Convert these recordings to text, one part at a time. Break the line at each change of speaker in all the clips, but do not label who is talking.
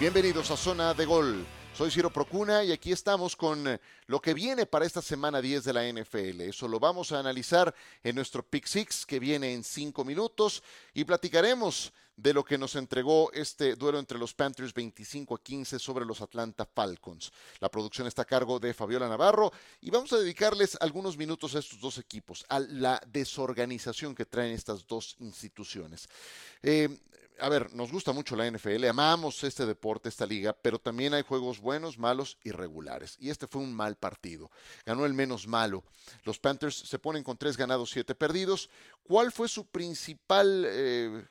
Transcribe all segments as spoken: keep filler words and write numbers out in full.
Bienvenidos a Zona de Gol. Soy Ciro Procuna y aquí estamos con lo que viene para esta semana diez de la N F L. Eso lo vamos a analizar en nuestro Pick Six que viene en cinco minutos y platicaremos de lo que nos entregó este duelo entre los Panthers veinticinco a quince sobre los Atlanta Falcons. La producción está a cargo de Fabiola Navarro y vamos a dedicarles algunos minutos a estos dos equipos, a la desorganización que traen estas dos instituciones. Eh, A ver, nos gusta mucho la N F L, amamos este deporte, esta liga, pero también hay juegos buenos, malos y regulares. Y este fue un mal partido. Ganó el menos malo. Los Panthers se ponen con tres ganados, siete perdidos. ¿Cuál fue su principal eh,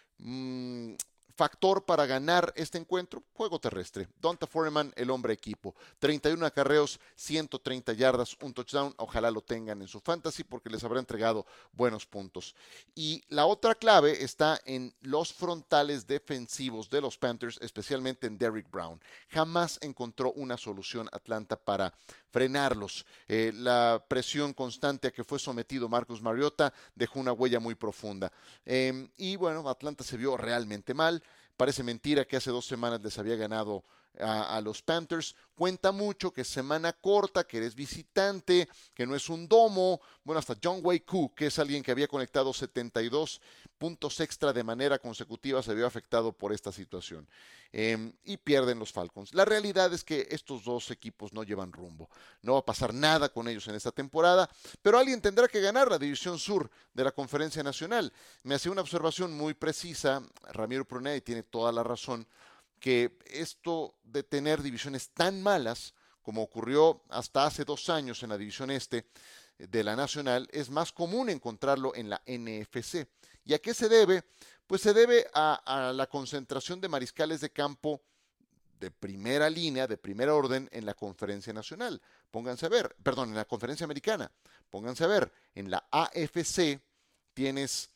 mmm, factor para ganar este encuentro? Juego terrestre. Donta Foreman, el hombre equipo. treinta y uno acarreos, ciento treinta yardas, un touchdown. Ojalá lo tengan en su fantasy porque les habrá entregado buenos puntos. Y la otra clave está en los frontales defensivos de los Panthers, especialmente en Derrick Brown. Jamás encontró una solución Atlanta para frenarlos. Eh, la presión constante a que fue sometido Marcus Mariota dejó una huella muy profunda. Eh, y bueno, Atlanta se vio realmente mal. Parece mentira que hace dos semanas les había ganado a, a los Panthers. Cuenta mucho que es semana corta, que eres visitante, que no es un domo. Bueno, hasta John Wei Koo, que es alguien que había conectado setenta y dos puntos extra de manera consecutiva, se vio afectado por esta situación. Eh, y pierden los Falcons. La realidad es que estos dos equipos no llevan rumbo. No va a pasar nada con ellos en esta temporada, pero alguien tendrá que ganar la división sur de la Conferencia Nacional. Me hacía una observación muy precisa, Ramiro Prunet, y tiene toda la razón, que esto de tener divisiones tan malas como ocurrió hasta hace dos años en la división este de la Nacional, es más común encontrarlo en la N F C. ¿Y a qué se debe? Pues se debe a, a la concentración de mariscales de campo de primera línea, de primera orden en la Conferencia Nacional. Pónganse a ver, perdón, en la Conferencia Americana. Pónganse a ver, en la A F C tienes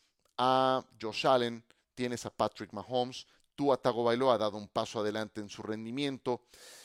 a Josh Allen, tienes a Patrick Mahomes, Tua Tagovailoa ha dado un paso adelante en su rendimiento.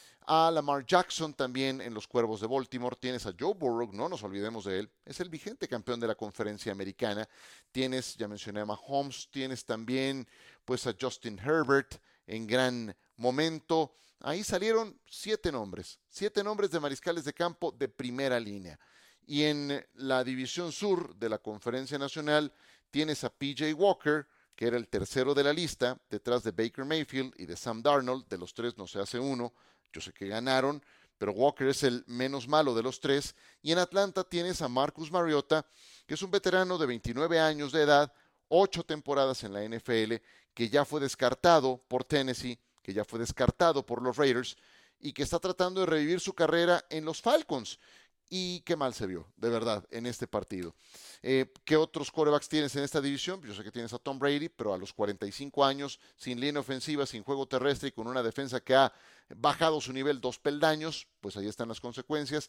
A Lamar Jackson también en los Cuervos de Baltimore. Tienes a Joe Burrow, no nos olvidemos de él. Es el vigente campeón de la Conferencia Americana. Tienes, ya mencioné a Mahomes, tienes también pues a Justin Herbert en gran momento. Ahí salieron siete nombres, siete nombres de mariscales de campo de primera línea. Y en la división sur de la Conferencia Nacional tienes a P J Walker, que era el tercero de la lista, detrás de Baker Mayfield y de Sam Darnold. De los tres no se hace uno. Yo sé que ganaron, pero Walker es el menos malo de los tres. Y en Atlanta tienes a Marcus Mariota, que es un veterano de veintinueve años de edad, ocho temporadas en la N F L, que ya fue descartado por Tennessee, que ya fue descartado por los Raiders y que está tratando de revivir su carrera en los Falcons. Y qué mal se vio, de verdad, en este partido. Eh, ¿Qué otros quarterbacks tienes en esta división? Yo sé que tienes a Tom Brady, pero a los cuarenta y cinco años, sin línea ofensiva, sin juego terrestre y con una defensa que ha bajado su nivel dos peldaños, pues ahí están las consecuencias.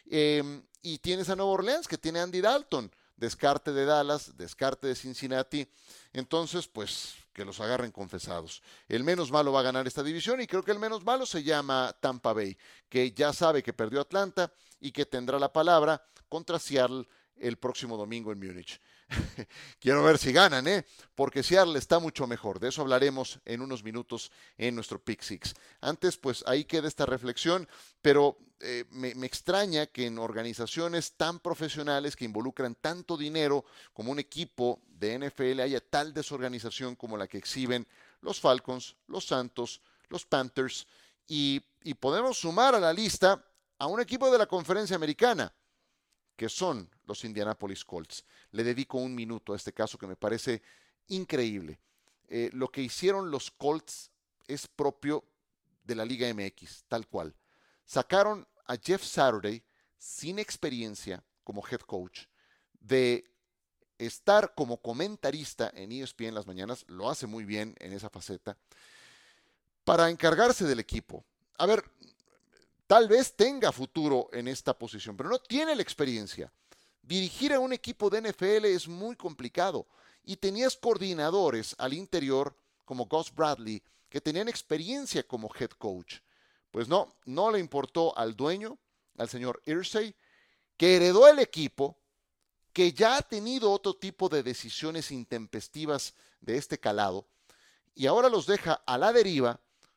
Eh, y tienes a Nueva Orleans, que tiene a Andy Dalton, descarte de Dallas, descarte de Cincinnati. Entonces, pues que los agarren confesados. El menos malo va a ganar esta división y creo que el menos malo se llama Tampa Bay, que ya sabe que perdió Atlanta y que tendrá la palabra contra Seattle el próximo domingo en Múnich. Quiero ver si ganan, ¿eh? Porque Seattle está mucho mejor. De eso hablaremos en unos minutos en nuestro Pick Six. Antes, pues ahí queda esta reflexión, pero eh, me, me extraña que en organizaciones tan profesionales que involucran tanto dinero como un equipo de N F L haya tal desorganización como la que exhiben los Falcons, los Santos, los Panthers y, y podemos sumar a la lista a un equipo de la Conferencia Americana, que son los Indianapolis Colts. Le dedico un minuto a este caso que me parece increíble. Eh, lo que hicieron los Colts es propio de la Liga M X, tal cual. Sacaron a Jeff Saturday sin experiencia como head coach, de estar como comentarista en E S P N en las mañanas, lo hace muy bien en esa faceta, para encargarse del equipo. A ver, tal vez tenga futuro en esta posición, pero no tiene la experiencia. Dirigir a un equipo de N F L es muy complicado. Y tenías coordinadores al interior, como Gus Bradley, que tenían experiencia como head coach. Pues no, no le importó al dueño, al señor Irsay, que heredó el equipo, que ya ha tenido otro tipo de decisiones intempestivas de este calado, y ahora los deja a la deriva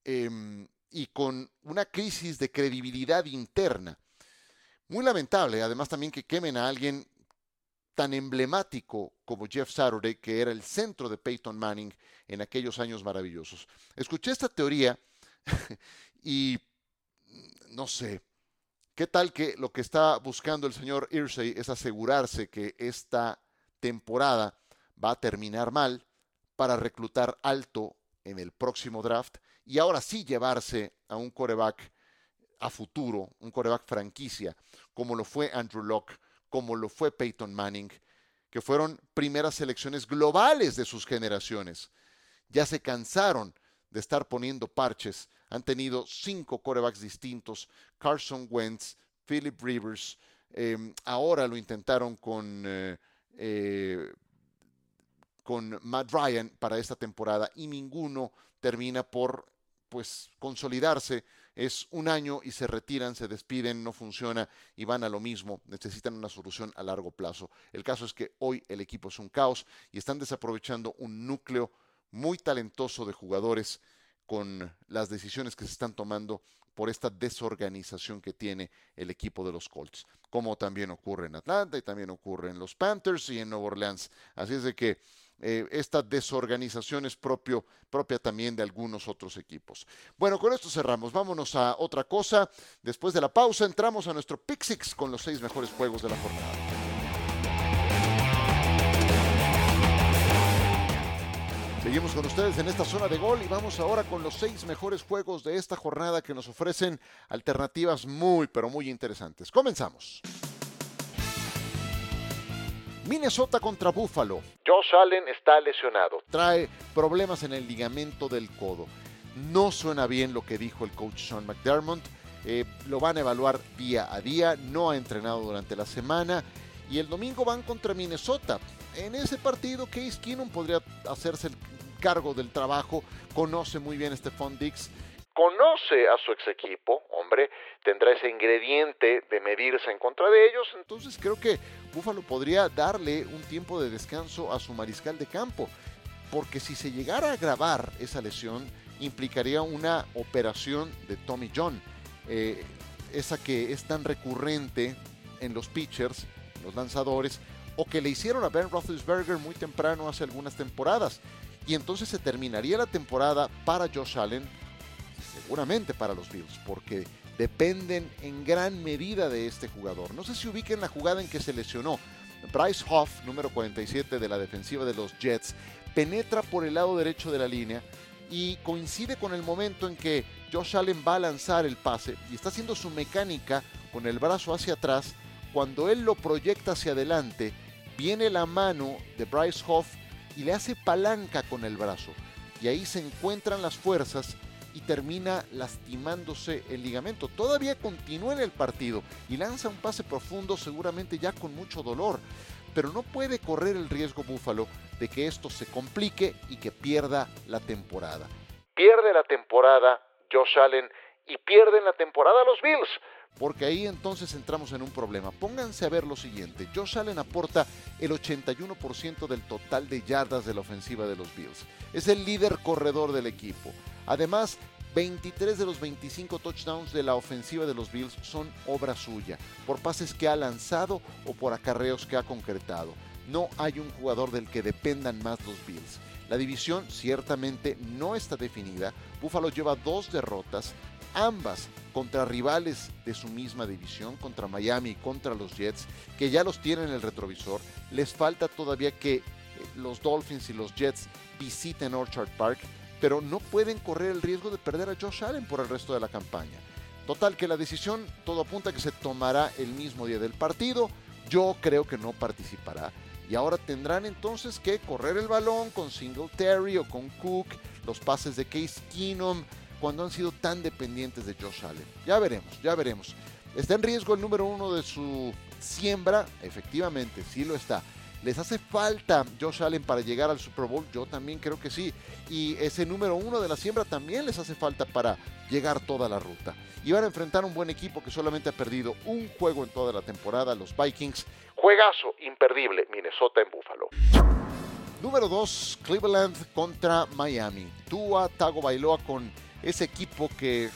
eh, y con una crisis de credibilidad interna. Muy lamentable, además también que quemen a alguien tan emblemático como Jeff Saturday, que era el centro de Peyton Manning en aquellos años maravillosos. Escuché esta teoría y no sé, ¿qué tal que lo que está buscando el señor Irsay es asegurarse que esta temporada va a terminar mal para reclutar alto en el próximo draft y ahora sí llevarse a un quarterback a futuro, un quarterback franquicia, como lo fue Andrew Luck, como lo fue Peyton Manning, que fueron primeras selecciones globales de sus generaciones? Ya se cansaron de estar poniendo parches. Han tenido cinco quarterbacks distintos: Carson Wentz, Philip Rivers, eh, ahora lo intentaron con, eh, eh, con Matt Ryan para esta temporada y ninguno termina por pues consolidarse. Es un año y se retiran, se despiden, no funciona y van a lo mismo. Necesitan una solución a largo plazo. El caso es que hoy el equipo es un caos y están desaprovechando un núcleo muy talentoso de jugadores con las decisiones que se están tomando por esta desorganización que tiene el equipo de los Colts, como también ocurre en Atlanta y también ocurre en los Panthers y en Nueva Orleans. Así es de que eh, esta desorganización es propio, propia también de algunos otros equipos. Bueno, con esto cerramos. Vámonos a otra cosa. Después de la pausa entramos a nuestro Pick Six con los seis mejores juegos de la jornada. Seguimos con ustedes en esta zona de gol y vamos ahora con los seis mejores juegos de esta jornada que nos ofrecen alternativas muy, pero muy interesantes. Comenzamos. Minnesota contra Buffalo. Josh Allen está lesionado. Trae problemas en el ligamento del codo. No suena bien lo que dijo el coach Sean McDermott. Eh, lo van a evaluar día a día. No ha entrenado durante la semana. Y el domingo van contra Minnesota. En ese partido, Case Keenum podría hacerse el cargo del trabajo. Conoce muy bien a Stephon Diggs. Conoce a su ex equipo, hombre, tendrá ese ingrediente de medirse en contra de ellos. Entonces creo que Buffalo podría darle un tiempo de descanso a su mariscal de campo, porque si se llegara a agravar esa lesión, implicaría una operación de Tommy John, eh, esa que es tan recurrente en los pitchers, en los lanzadores, o que le hicieron a Ben Roethlisberger muy temprano hace algunas temporadas. Y entonces se terminaría la temporada para Josh Allen, seguramente para los Bills, porque dependen en gran medida de este jugador. No sé si ubiquen la jugada en que se lesionó. Bryce Huff, número cuarenta y siete de la defensiva de los Jets, penetra por el lado derecho de la línea y coincide con el momento en que Josh Allen va a lanzar el pase y está haciendo su mecánica con el brazo hacia atrás. Cuando él lo proyecta hacia adelante, viene la mano de Bryce Huff y le hace palanca con el brazo. Y ahí se encuentran las fuerzas y termina lastimándose el ligamento. Todavía continúa en el partido y lanza un pase profundo, seguramente ya con mucho dolor. Pero no puede correr el riesgo Buffalo de que esto se complique y que pierda la temporada. Pierde la temporada Josh Allen y pierden la temporada los Bills. Porque ahí entonces entramos en un problema. Pónganse a ver lo siguiente. Josh Allen aporta el ochenta y uno por ciento del total de yardas de la ofensiva de los Bills. Es el líder corredor del equipo. Además, veintitrés de los veinticinco touchdowns de la ofensiva de los Bills son obra suya, por pases que ha lanzado o por acarreos que ha concretado. No hay un jugador del que dependan más los Bills. La división ciertamente no está definida. Buffalo lleva dos derrotas, ambas contra rivales de su misma división, contra Miami y contra los Jets, que ya los tienen en el retrovisor. Les falta todavía que los Dolphins y los Jets visiten Orchard Park, pero no pueden correr el riesgo de perder a Josh Allen por el resto de la campaña. Total, que la decisión, todo apunta a que se tomará el mismo día del partido. Yo creo que no participará. Y ahora tendrán entonces que correr el balón con Singletary o con Cook, los pases de Case Keenum, cuando han sido tan dependientes de Josh Allen. Ya veremos, ya veremos. ¿Está en riesgo el número uno de su siembra? Efectivamente, sí lo está. ¿Les hace falta Josh Allen para llegar al Super Bowl? Yo también creo que sí. Y ese número uno de la siembra también les hace falta para llegar toda la ruta. Y van a enfrentar un buen equipo que solamente ha perdido un juego en toda la temporada, los Vikings. Juegazo imperdible, Minnesota en Buffalo. Número dos, Cleveland contra Miami. Tua Tagovailoa con ese equipo que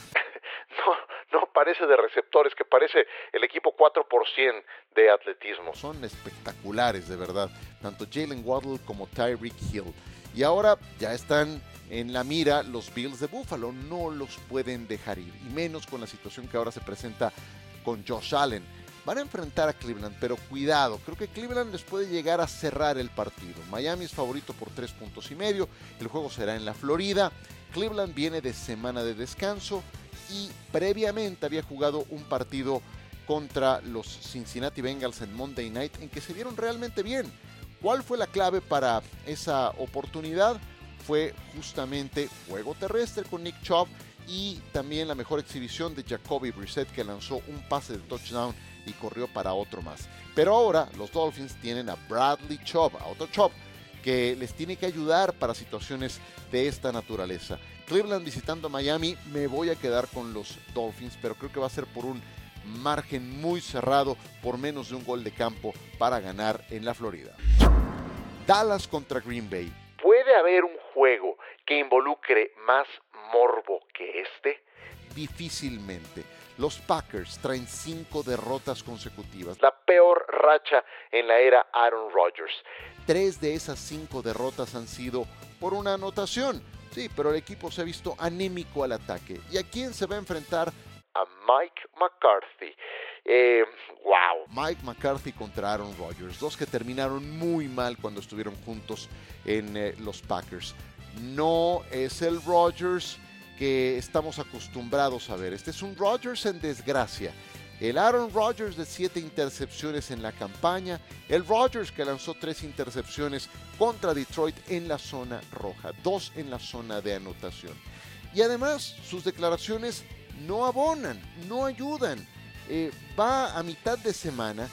no, no parece de receptores, que parece el equipo cuatro por ciento de atletismo. Son espectaculares, de verdad, tanto Jalen Waddle como Tyreek Hill. Y ahora ya están en la mira los Bills de Buffalo, no los pueden dejar ir, y menos con la situación que ahora se presenta con Josh Allen. Van a enfrentar a Cleveland, pero cuidado, creo que Cleveland les puede llegar a cerrar el partido. Miami es favorito por tres puntos y medio, el juego será en la Florida. Cleveland viene de semana de descanso y previamente había jugado un partido contra los Cincinnati Bengals en Monday Night en que se vieron realmente bien. ¿Cuál fue la clave para esa oportunidad? Fue justamente juego terrestre con Nick Chubb y también la mejor exhibición de Jacoby Brissett, que lanzó un pase de touchdown y corrió para otro más. Pero ahora los Dolphins tienen a Bradley Chubb, a otro Chubb, que les tiene que ayudar para situaciones de esta naturaleza. Cleveland visitando a Miami, me voy a quedar con los Dolphins, pero creo que va a ser por un margen muy cerrado, por menos de un gol de campo para ganar en la Florida. Dallas contra Green Bay. ¿Puede haber un juego que involucre más morbo que este? Difícilmente. Los Packers traen cinco derrotas consecutivas, la peor racha en la era Aaron Rodgers. Tres de esas cinco derrotas han sido por una anotación. Sí, pero el equipo se ha visto anémico al ataque. ¿Y a quién se va a enfrentar? A Mike McCarthy. Eh, wow. Mike McCarthy contra Aaron Rodgers, dos que terminaron muy mal cuando estuvieron juntos en eh, los Packers. No es el Rodgers que estamos acostumbrados a ver. Este es un Rodgers en desgracia. El Aaron Rodgers de siete intercepciones en la campaña, el Rodgers que lanzó tres intercepciones contra Detroit en la zona roja, dos en la zona de anotación. Y además sus declaraciones no abonan, no ayudan. Eh, va a mitad de semana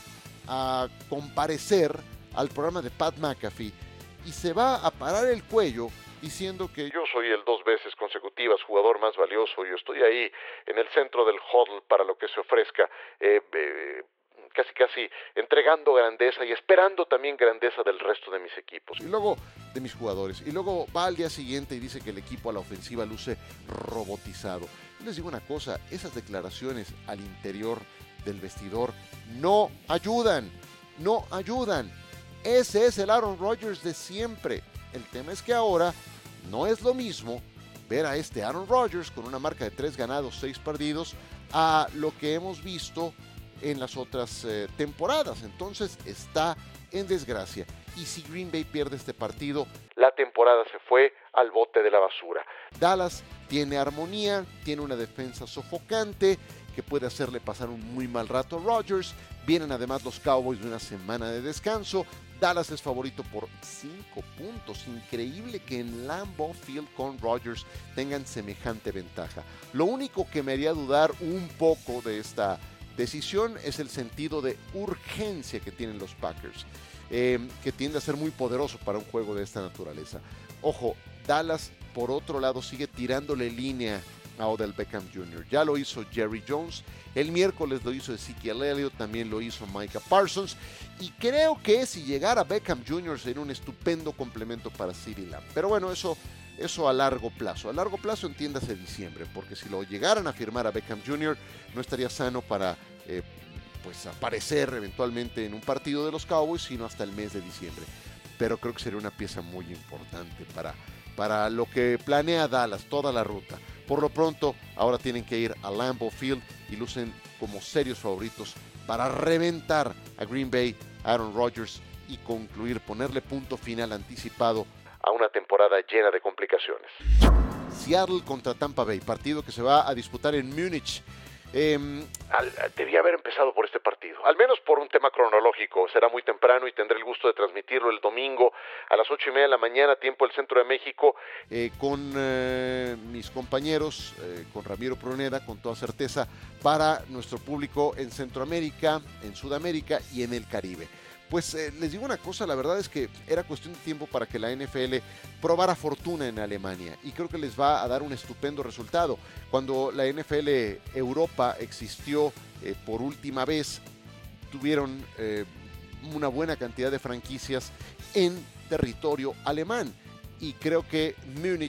a comparecer al programa de Pat McAfee y se va a parar el cuello diciendo que yo soy el dos veces consecutivas jugador más valioso y estoy ahí en el centro del huddle para lo que se ofrezca, eh, eh, casi casi entregando grandeza y esperando también grandeza del resto de mis equipos. Y luego de mis jugadores. Y luego va al día siguiente y dice que el equipo a la ofensiva luce robotizado. Les digo una cosa, esas declaraciones al interior del vestidor no ayudan, no ayudan. Ese es el Aaron Rodgers de siempre. El tema es que ahora no es lo mismo ver a este Aaron Rodgers con una marca de tres ganados, seis perdidos, a lo que hemos visto en las otras eh, temporadas. Entonces está en desgracia. Y si Green Bay pierde este partido, la temporada se fue al bote de la basura. Dallas tiene armonía, tiene una defensa sofocante que puede hacerle pasar un muy mal rato a Rodgers. Vienen además los Cowboys de una semana de descanso. Dallas es favorito por cinco puntos. Increíble que en Lambeau Field con Rodgers tengan semejante ventaja. Lo único que me haría dudar un poco de esta decisión es el sentido de urgencia que tienen los Packers, eh, que tiende a ser muy poderoso para un juego de esta naturaleza. Ojo, Dallas por otro lado sigue tirándole línea a Odell Beckham junior Ya lo hizo Jerry Jones, el miércoles lo hizo Ezekiel Elliott, también lo hizo Micah Parsons, y creo que si llegara Beckham junior sería un estupendo complemento para CeeDee Lamb. Pero bueno, eso, eso a largo plazo. A largo plazo entiéndase diciembre, porque si lo llegaran a firmar a Beckham junior no estaría sano para eh, pues aparecer eventualmente en un partido de los Cowboys, sino hasta el mes de diciembre. Pero creo que sería una pieza muy importante para, para lo que planea Dallas, toda la ruta. Por lo pronto, ahora tienen que ir a Lambeau Field y lucen como serios favoritos para reventar a Green Bay, Aaron Rodgers y concluir, ponerle punto final anticipado a una temporada llena de complicaciones. Seattle contra Tampa Bay, partido que se va a disputar en Múnich. Eh, al, debía haber empezado por este partido, al menos por un tema cronológico. Será muy temprano y tendré el gusto de transmitirlo el domingo a las ocho y media de la mañana, tiempo del centro de México, eh, con eh, mis compañeros, eh, con Ramiro Pruneda, con toda certeza, para nuestro público en Centroamérica, en Sudamérica y en el Caribe. Pues eh, les digo una cosa, la verdad es que era cuestión de tiempo para que la N F L probara fortuna en Alemania y creo que les va a dar un estupendo resultado. Cuando la N F L Europa existió eh, por última vez, tuvieron eh, una buena cantidad de franquicias en territorio alemán y creo que Múnich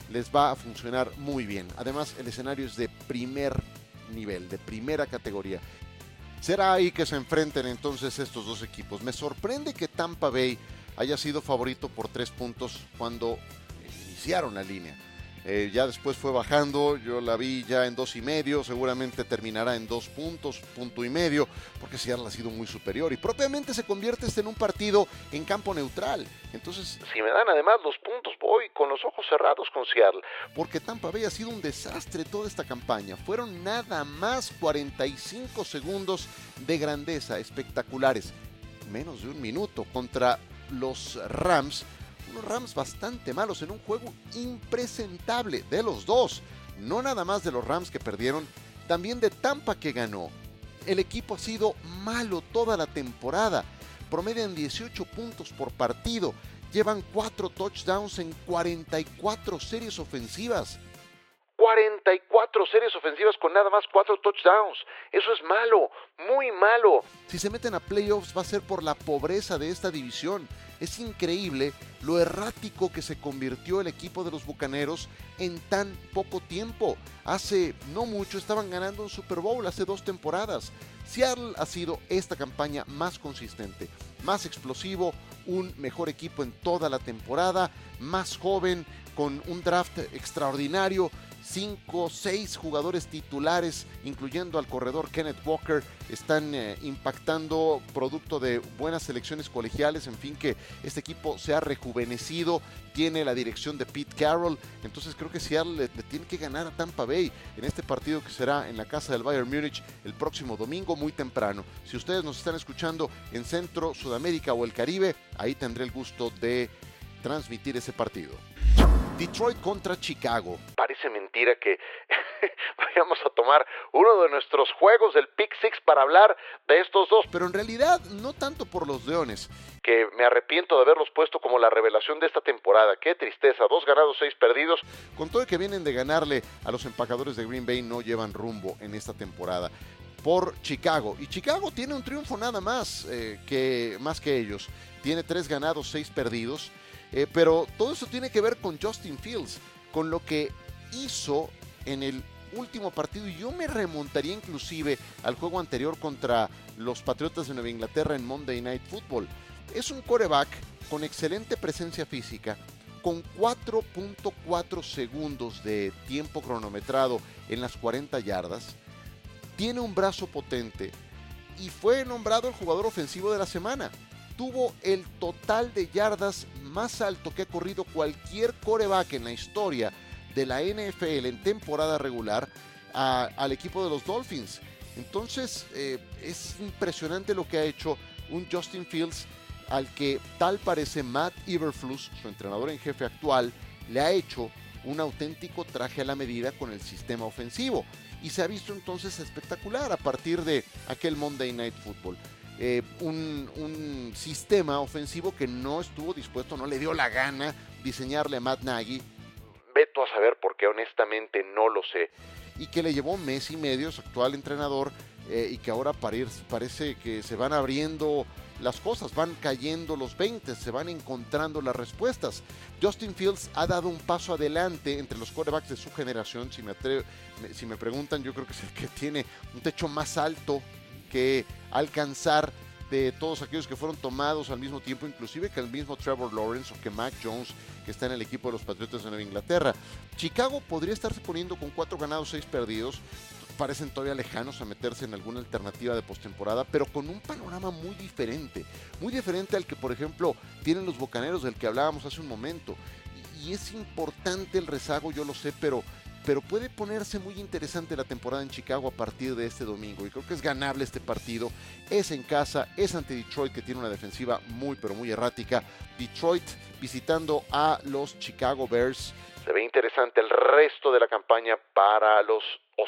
les va a funcionar muy bien. Además, el escenario es de primer nivel, de primera categoría. Será ahí que se enfrenten entonces estos dos equipos. Me sorprende que Tampa Bay haya sido favorito por tres puntos cuando iniciaron la línea. Eh, ya después fue bajando, yo la vi ya en dos y medio, seguramente terminará en dos puntos, punto y medio, porque Seattle ha sido muy superior y propiamente se convierte este en un partido en campo neutral. Entonces, si me dan además los puntos, voy con los ojos cerrados con Seattle, porque Tampa Bay ha sido un desastre toda esta campaña. Fueron nada más cuarenta y cinco segundos de grandeza, espectaculares, menos de un minuto contra los Rams. Unos Rams bastante malos en un juego impresentable de los dos. No nada más de los Rams que perdieron, también de Tampa que ganó. El equipo ha sido malo toda la temporada. Promedian dieciocho puntos por partido. Llevan cuatro touchdowns en cuarenta y cuatro series ofensivas. cuarenta y cuatro series ofensivas con nada más cuatro touchdowns. Eso es malo, muy malo. Si se meten a playoffs va a ser por la pobreza de esta división. Es increíble lo errático que se convirtió el equipo de los Bucaneros en tan poco tiempo. Hace no mucho estaban ganando un Super Bowl, hace dos temporadas. Seattle ha sido esta campaña más consistente, más explosivo, un mejor equipo en toda la temporada, más joven, con un draft extraordinario. Cinco, seis jugadores titulares, incluyendo al corredor Kenneth Walker, están eh, impactando producto de buenas selecciones colegiales. En fin, que este equipo se ha rejuvenecido, tiene la dirección de Pete Carroll. Entonces creo que Seattle le, le tiene que ganar a Tampa Bay en este partido que será en la casa del Bayern Múnich el próximo domingo muy temprano. Si ustedes nos están escuchando en Centro, Sudamérica o el Caribe, ahí tendré el gusto de transmitir ese partido. Detroit contra Chicago. Parece mentira que vayamos a tomar uno de nuestros juegos del Pick Six para hablar de estos dos, pero en realidad no tanto por los Leones, que me arrepiento de haberlos puesto como la revelación de esta temporada. Qué tristeza, dos ganados, seis perdidos. Con todo el que vienen de ganarle a los empacadores de Green Bay, no llevan rumbo en esta temporada. Por Chicago, y Chicago tiene un triunfo nada más, eh, que, más que ellos. Tiene tres ganados, seis perdidos. Eh, pero todo eso tiene que ver con Justin Fields, con lo que hizo en el último partido. Y yo me remontaría inclusive al juego anterior contra los Patriotas de Nueva Inglaterra en Monday Night Football. Es un quarterback con excelente presencia física, con cuatro punto cuatro segundos de tiempo cronometrado en las cuarenta yardas. Tiene un brazo potente y fue nombrado el jugador ofensivo de la semana. Tuvo el total de yardas más alto que ha corrido cualquier quarterback en la historia de la N F L en temporada regular a, al equipo de los Dolphins. Entonces eh, es impresionante lo que ha hecho un Justin Fields al que tal parece Matt Eberflus, su entrenador en jefe actual, le ha hecho un auténtico traje a la medida con el sistema ofensivo. Y se ha visto entonces espectacular a partir de aquel Monday Night Football. Eh, un, un sistema ofensivo que no estuvo dispuesto, no le dio la gana diseñarle a Matt Nagy. Veto a saber porque honestamente no lo sé. Y que le llevó un mes y medio, su actual entrenador, eh, y que ahora parece que se van abriendo las cosas, van cayendo los veinte, se van encontrando las respuestas. Justin Fields ha dado un paso adelante entre los quarterbacks de su generación. Si me, atrevo, si me preguntan, yo creo que es el que tiene un techo más alto que alcanzar de todos aquellos que fueron tomados al mismo tiempo, inclusive que el mismo Trevor Lawrence o que Mac Jones, que está en el equipo de los Patriotas de Nueva Inglaterra. Chicago podría estarse poniendo con cuatro ganados, seis perdidos. Parecen todavía lejanos a meterse en alguna alternativa de postemporada, pero con un panorama muy diferente, muy diferente al que, por ejemplo, tienen los Bucaneros, del que hablábamos hace un momento. Y, y es importante el rezago, yo lo sé, pero pero puede ponerse muy interesante la temporada en Chicago a partir de este domingo, y creo que es ganable este partido. Es en casa, es ante Detroit, que tiene una defensiva muy pero muy errática. Detroit visitando a los Chicago Bears. Se ve interesante el resto de la campaña para los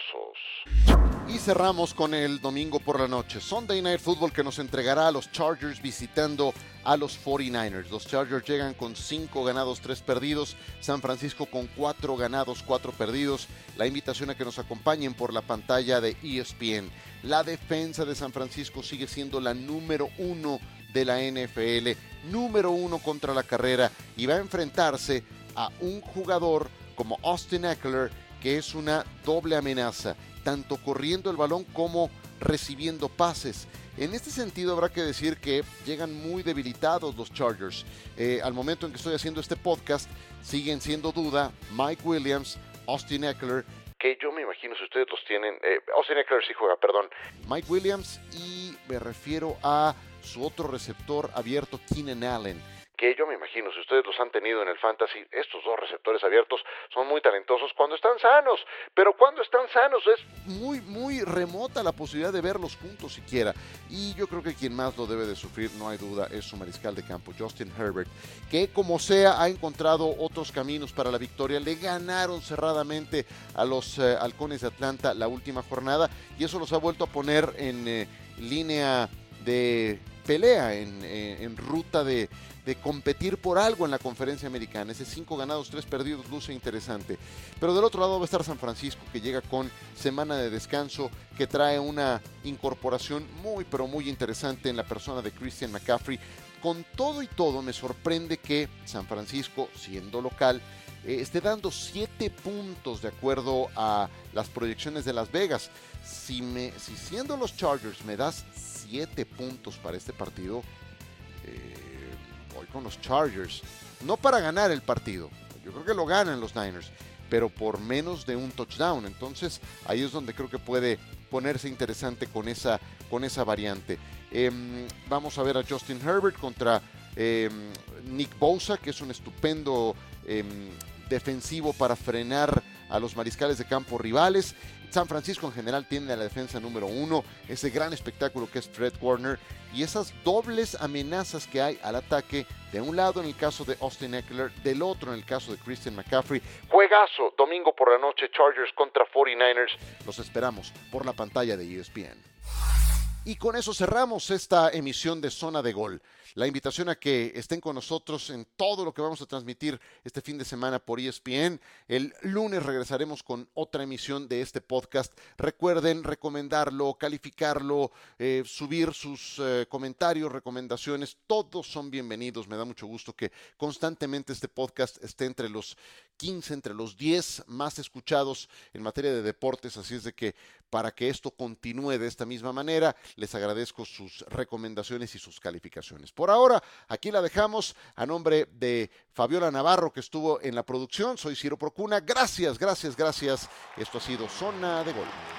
Osos. Y cerramos con el domingo por la noche, Sunday Night Football, que nos entregará a los Chargers visitando a los cuarenta y nueve ers. Los Chargers llegan con cinco ganados, tres perdidos. San Francisco con cuatro ganados, cuatro perdidos. La invitación a que nos acompañen por la pantalla de E S P N. La defensa de San Francisco sigue siendo la número uno de la N F L, número uno contra la carrera, y va a enfrentarse a un jugador como Austin Ekeler, que es una doble amenaza, tanto corriendo el balón como recibiendo pases. En este sentido habrá que decir que llegan muy debilitados los Chargers. Eh, al momento en que estoy haciendo este podcast, siguen siendo duda Mike Williams, Austin Ekeler, que yo me imagino si ustedes los tienen, eh, Austin Ekeler sí juega, perdón, Mike Williams, y me refiero a su otro receptor abierto, Keenan Allen, que yo me imagino, si ustedes los han tenido en el fantasy, estos dos receptores abiertos son muy talentosos cuando están sanos, pero cuando están sanos es muy, muy remota la posibilidad de verlos juntos siquiera, y yo creo que quien más lo debe de sufrir, no hay duda, es su mariscal de campo, Justin Herbert, que como sea ha encontrado otros caminos para la victoria. Le ganaron cerradamente a los eh, Halcones de Atlanta la última jornada, y eso los ha vuelto a poner en eh, línea de pelea, en, eh, en ruta de, de competir por algo en la conferencia americana. Ese cinco ganados, tres perdidos luce interesante. Pero del otro lado va a estar San Francisco, que llega con semana de descanso, que trae una incorporación muy pero muy interesante en la persona de Christian McCaffrey. Con todo y todo me sorprende que San Francisco, siendo local, eh, esté dando siete puntos de acuerdo a las proyecciones de Las Vegas. Si, me, si siendo los Chargers me das siete puntos para este partido, eh, voy con los Chargers. No para ganar el partido, yo creo que lo ganan los Niners, pero por menos de un touchdown. Entonces ahí es donde creo que puede ponerse interesante con esa, con esa variante. Eh, vamos a ver a Justin Herbert contra eh, Nick Bosa, que es un estupendo eh, defensivo para frenar a los mariscales de campo rivales. San Francisco en general tiene a la defensa número uno, ese gran espectáculo que es Fred Warner, y esas dobles amenazas que hay al ataque, de un lado en el caso de Austin Ekeler, del otro en el caso de Christian McCaffrey. Juegazo, domingo por la noche, Chargers contra cuarenta y nueve ers. Los esperamos por la pantalla de E S P N. Y con eso cerramos esta emisión de Zona de Gol. La invitación a que estén con nosotros en todo lo que vamos a transmitir este fin de semana por E S P N. El lunes regresaremos con otra emisión de este podcast. Recuerden recomendarlo, calificarlo, eh, subir sus eh, comentarios, recomendaciones. Todos son bienvenidos. Me da mucho gusto que constantemente este podcast esté entre los quince, entre los diez más escuchados en materia de deportes. Así es de que para que esto continúe de esta misma manera, les agradezco sus recomendaciones y sus calificaciones. Por ahora, aquí la dejamos a nombre de Fabiola Navarro, que estuvo en la producción. Soy Ciro Procuna. Gracias, gracias, gracias. Esto ha sido Zona de Gol.